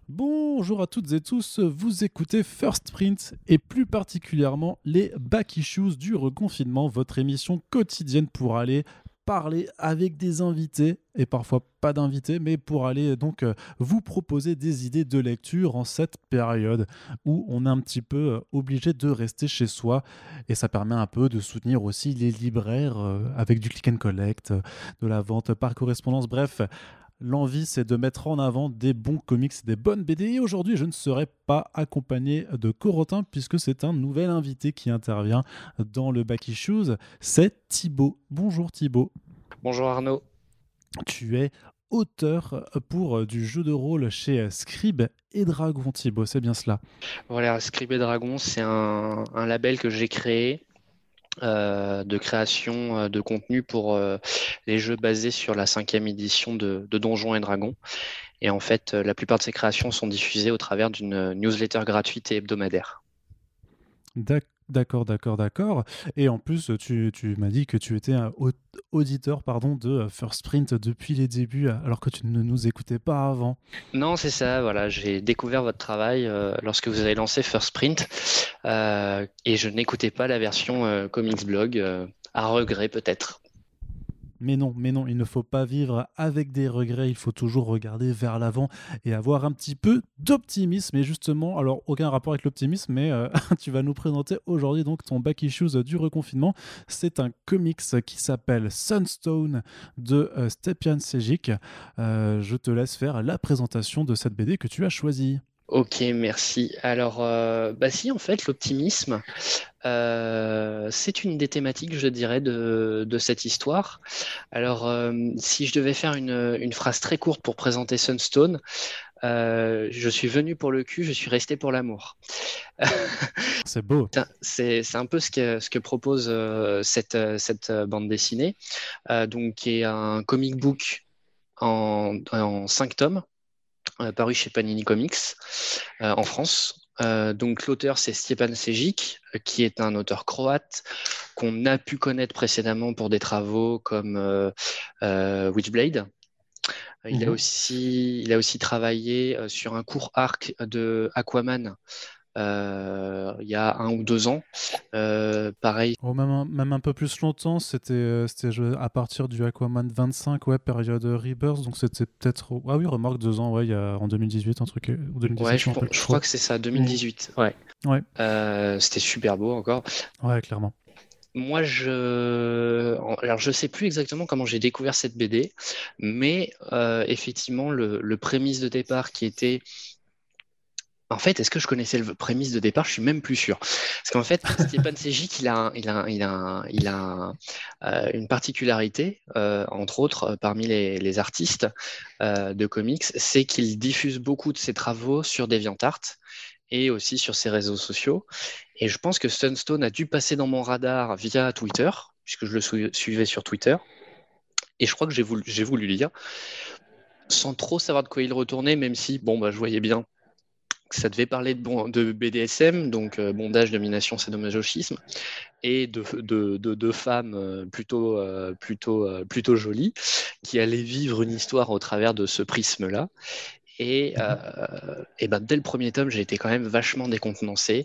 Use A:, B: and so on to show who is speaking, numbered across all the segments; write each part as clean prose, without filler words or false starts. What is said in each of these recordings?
A: Bonjour à toutes et tous, vous écoutez First Print et plus particulièrement les Back Issues du reconfinement, votre émission quotidienne pour aller parler avec des invités et parfois pas d'invités, mais pour aller vous proposer des idées de lecture en cette période où on est un petit peu obligé de rester chez soi et ça permet un peu de soutenir aussi les libraires avec du click and collect, de la vente par correspondance, bref. L'envie, c'est de mettre en avant des bons comics, des bonnes BD. Et aujourd'hui, je ne serai pas accompagné de Corotin puisque c'est un nouvel invité qui intervient dans le Back Issues. C'est Thibaut. Bonjour Thibaut.
B: Bonjour Arnaud.
A: Tu es auteur pour du jeu de rôle chez Scribe et Dragon, Thibaut. C'est bien cela.
B: Voilà, Scribe et Dragon, c'est un label que j'ai créé de création de contenu pour les jeux basés sur la 5e édition de Donjons et Dragons. Et en fait, la plupart de ces créations sont diffusées au travers d'une newsletter gratuite et hebdomadaire.
A: D'accord. Et en plus, tu m'as dit que tu étais un auditeur de First Print depuis les débuts, alors que tu ne nous écoutais pas avant.
B: Non, c'est ça, voilà, j'ai découvert votre travail lorsque vous avez lancé First Print et je n'écoutais pas la version Comics Blog, à regret peut-être.
A: Mais non, il ne faut pas vivre avec des regrets, il faut toujours regarder vers l'avant et avoir un petit peu d'optimisme. Et justement, alors aucun rapport avec l'optimisme, mais tu vas nous présenter aujourd'hui donc ton Back Issues du reconfinement. C'est un comics qui s'appelle Sunstone de Stepjan Sejic. Je te laisse faire la présentation de cette BD que tu as choisie.
B: Ok, merci. Alors, bah si, en fait, l'optimisme, c'est une des thématiques, je dirais, de cette histoire. Alors, si je devais faire une phrase très courte pour présenter Sunstone, je suis venu pour le cul, je suis resté pour l'amour.
A: C'est beau.
B: C'est un peu ce que propose cette bande dessinée, donc qui est un comic book en 5 tomes, paru chez Panini Comics en France. Donc l'auteur c'est Stjepan Sejic, qui est un auteur croate qu'on a pu connaître précédemment pour des travaux comme Witchblade.
A: Mhm.
B: Il a aussi travaillé sur un court arc de Aquaman il y a 1 ou 2 ans. Pareil.
A: Oh, même un peu plus longtemps, c'était à partir du Aquaman 25, ouais, période Rebirth, donc c'était peut-être... Ah oui, remarque 2 ans, ouais, il y a, en 2018, un truc, ou
B: Ouais,
A: 2017, je me rappelle plus
B: je crois
A: trop.
B: que c'est ça,
A: Mm.
B: 2018. Ouais.
A: Ouais,
B: C'était super beau encore.
A: ouais, clairement.
B: Moi, alors je sais plus exactement comment j'ai découvert cette BD, mais effectivement, le prémisse de départ qui était... En fait, est-ce que je connaissais le prémisse de départ? Je suis même plus sûr. Parce qu'en fait, Stjepan Sejic, il a une particularité, entre autres, parmi les artistes de comics, c'est qu'il diffuse beaucoup de ses travaux sur DeviantArt et aussi sur ses réseaux sociaux. Et je pense que Sunstone a dû passer dans mon radar via Twitter, puisque je le suivais sur Twitter. Et je crois que j'ai voulu lire, sans trop savoir de quoi il retournait, même si, bon, bah, je voyais bien que ça devait parler de BDSM, donc bondage, domination, sadomasochisme, et de femmes plutôt jolies, qui allaient vivre une histoire au travers de ce prisme-là.
A: Mhm.
B: Et ben, dès le premier tome, j'ai été quand même vachement décontenancé.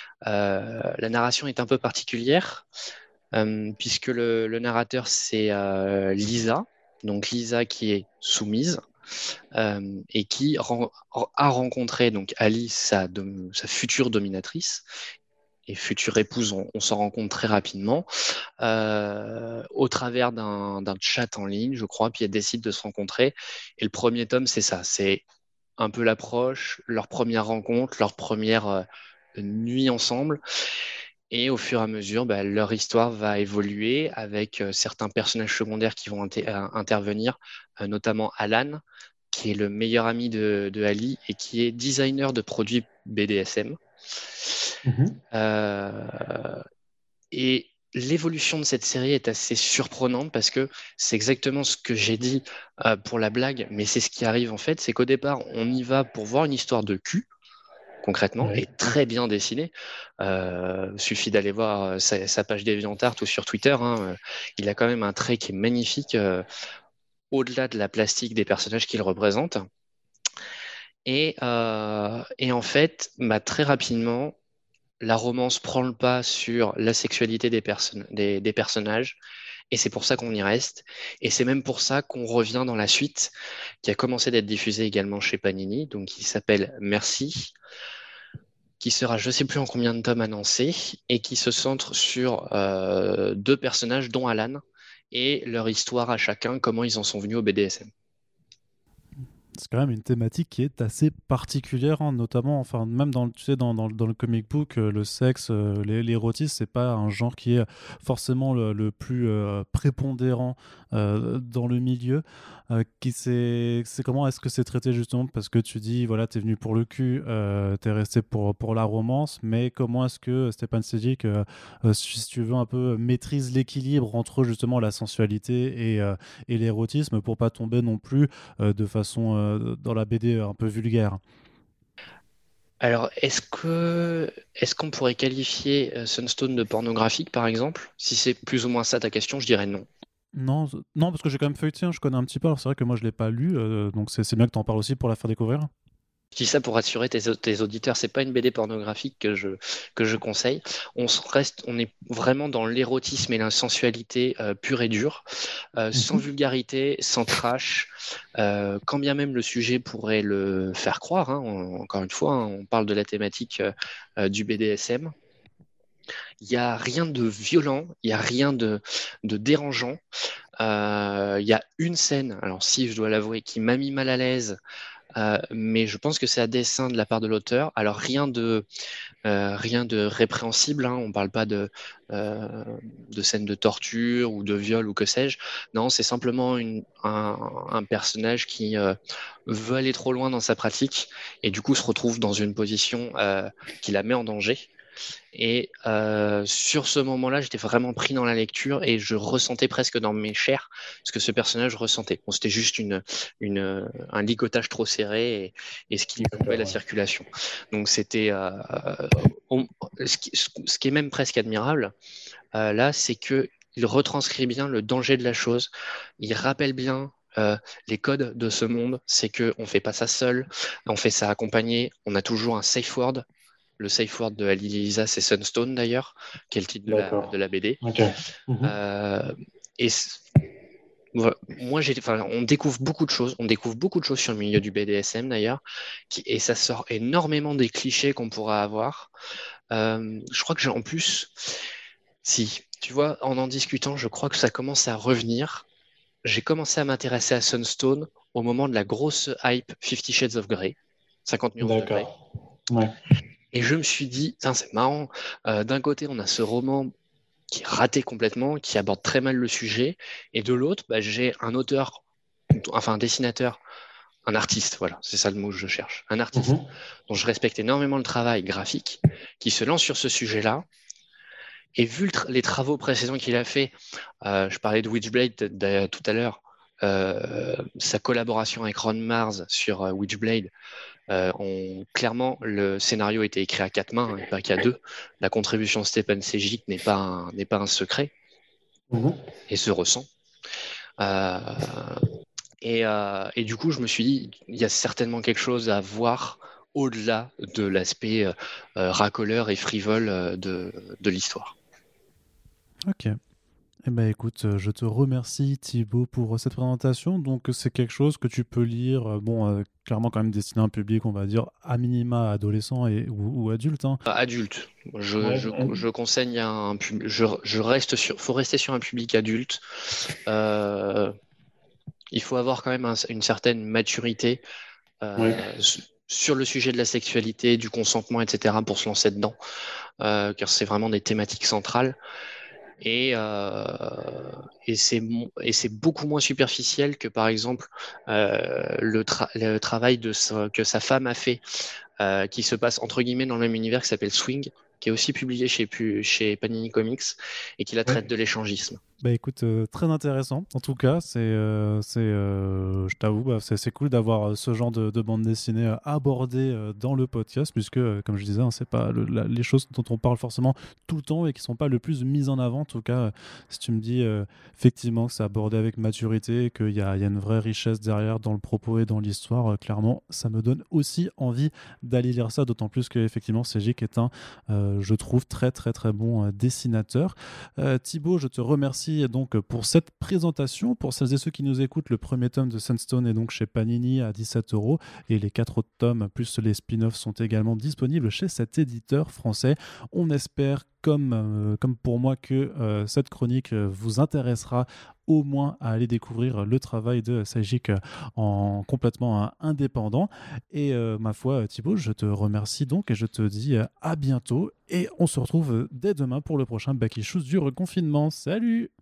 B: La narration est un peu particulière, puisque le narrateur, c'est Lisa, donc Lisa qui est soumise, et qui a rencontré donc Ali, sa future dominatrice, et future épouse, on s'en rend compte très rapidement, au travers d'un chat en ligne, je crois, puis elles décident de se rencontrer. Et le premier tome, c'est ça, c'est un peu l'approche, leur première rencontre, leur première nuit ensemble. Et au fur et à mesure, bah, leur histoire va évoluer avec certains personnages secondaires qui vont intervenir, notamment Alan, qui est le meilleur ami de Ali et qui est designer de produits BDSM.
A: Mhm.
B: Euh, et l'évolution de cette série est assez surprenante parce que c'est exactement ce que j'ai dit pour la blague, mais c'est ce qui arrive en fait, c'est qu'au départ, on y va pour voir une histoire de cul, concrètement,
A: Ouais.
B: et très bien dessinée. Suffit d'aller voir sa page DeviantArt ou sur Twitter, hein, il a quand même un trait qui est magnifique, au-delà de la plastique des personnages qu'il représente. Et en fait, très rapidement, la romance prend le pas sur la sexualité des personnages, et c'est pour ça qu'on y reste. Et c'est même pour ça qu'on revient dans la suite, qui a commencé d'être diffusée également chez Panini, donc qui s'appelle Merci, qui sera je ne sais plus en combien de tomes annoncé, et qui se centre sur deux personnages, dont Alan, et leur histoire à chacun, comment ils en sont venus au BDSM.
A: C'est quand même une thématique qui est assez particulière, hein, notamment, enfin, même dans, tu sais, dans le comic book, le sexe, l'érotisme, c'est pas un genre qui est forcément le plus prépondérant dans le milieu. C'est comment est-ce que c'est traité justement? Parce que tu dis, voilà, t'es venu pour le cul, t'es resté pour la romance, mais comment est-ce que Stepan Sejic, si tu veux, un peu maîtrise l'équilibre entre justement la sensualité et l'érotisme pour pas tomber non plus de façon dans la BD un peu vulgaire.
B: Alors, est-ce qu'on pourrait qualifier Sunstone de pornographique, par exemple? Si c'est plus ou moins ça ta question, je dirais non.
A: Non, non, parce que j'ai quand même feuilleté, hein, je connais un petit peu. Alors c'est vrai que moi je l'ai pas lu, donc c'est bien que tu en parles aussi pour la faire découvrir.
B: Je dis ça pour rassurer tes auditeurs, c'est pas une BD pornographique que je conseille. On est vraiment dans l'érotisme et la sensualité pure et dure, sans
A: Mhm.
B: vulgarité, sans trash, quand bien même le sujet pourrait le faire croire, hein. Encore une fois, hein, on parle de la thématique du BDSM. Il n'y a rien de violent, il n'y a rien de dérangeant. Il y a une scène, alors si je dois l'avouer, qui m'a mis mal à l'aise, mais je pense que c'est à dessein de la part de l'auteur. Alors rien de répréhensible, hein. On ne parle pas de scène de torture ou de viol ou que sais-je. Non, c'est simplement un personnage qui veut aller trop loin dans sa pratique et du coup se retrouve dans une position qui la met en danger. Et sur ce moment-là, j'étais vraiment pris dans la lecture et je ressentais presque dans mes chairs ce que ce personnage ressentait. Bon, c'était juste un ligotage trop serré et ce qui lui coupait la
C: D'accord, ouais.
B: circulation. Donc c'était ce qui est même presque admirable là, c'est que il retranscrit bien le danger de la chose. Il rappelle bien les codes de ce monde. C'est que on fait pas ça seul, on fait ça accompagné. On a toujours un safe word. Le safe word de Ali Lisa, c'est Sunstone d'ailleurs, qui est le titre de
C: D'accord.
B: la BD.
C: Ok. Mhm.
B: Euh, et voilà. Moi, on découvre beaucoup de choses. On découvre beaucoup de choses sur le milieu du BDSM d'ailleurs, et ça sort énormément des clichés qu'on pourra avoir. Je crois que j'ai en plus, si tu vois, en discutant, je crois que ça commence à revenir. J'ai commencé à m'intéresser à Sunstone au moment de la grosse hype Fifty Shades of Grey, 50 nuances de Grey.
C: D'accord. Ouais.
B: Et je me suis dit, c'est marrant. D'un côté, on a ce roman qui est raté complètement, qui aborde très mal le sujet, et de l'autre, j'ai un auteur, enfin un dessinateur, un artiste, voilà, c'est ça le mot que je cherche, un artiste
C: Mhm.
B: dont je respecte énormément le travail graphique, qui se lance sur ce sujet-là. Et vu les travaux précédents qu'il a fait, je parlais de Witchblade tout à l'heure, sa collaboration avec Ron Mars sur Witchblade, clairement, le scénario a été écrit à quatre mains et pas qu'à deux. La contribution de Stepan Sejic n'est pas un secret
C: Mhm.
B: et se ressent. Euh, et du coup, je me suis dit, il y a certainement quelque chose à voir au-delà de l'aspect racoleur et frivole de l'histoire.
A: Ok. Eh ben écoute, je te remercie Thibaut pour cette présentation. Donc c'est quelque chose que tu peux lire, clairement quand même destiné à un public, on va dire, à minima adolescent ou adulte, hein.
B: Adulte,
C: Ouais.
B: je conseille faut rester sur un public adulte. Euh, il faut avoir quand même une certaine maturité
C: Ouais.
B: sur le sujet de la sexualité, du consentement, etc., pour se lancer dedans, car c'est vraiment des thématiques centrales. Et, euh, et c'est beaucoup moins superficiel que, par exemple, le travail que sa femme a fait, qui se passe entre guillemets dans le même univers, qui s'appelle Swing, qui est aussi publié chez Panini Comics et qui la traite
C: Ouais.
B: de l'échangisme.
A: Bah écoute, très intéressant. En tout cas, je t'avoue, c'est cool d'avoir ce genre de bande dessinée abordée dans le podcast, puisque, comme je disais, hein, c'est pas les choses dont on parle forcément tout le temps et qui sont pas le plus mises en avant. En tout cas, si tu me dis effectivement que c'est abordé avec maturité, qu'il y a une vraie richesse derrière dans le propos et dans l'histoire, clairement, ça me donne aussi envie d'aller lire ça, d'autant plus que effectivement, Sejic est un, je trouve, très très très bon dessinateur. Thibaut, je te remercie donc pour cette présentation. Pour celles et ceux qui nous écoutent, le premier tome de Sunstone est donc chez Panini à 17 € et les 4 autres tomes plus les spin-offs sont également disponibles chez cet éditeur français. On espère, comme pour moi, que cette chronique vous intéressera au moins à aller découvrir le travail de Sejic en complètement indépendant. Et ma foi, Thibaut, je te remercie donc et je te dis à bientôt. Et on se retrouve dès demain pour le prochain Back Issues du reconfinement. Salut!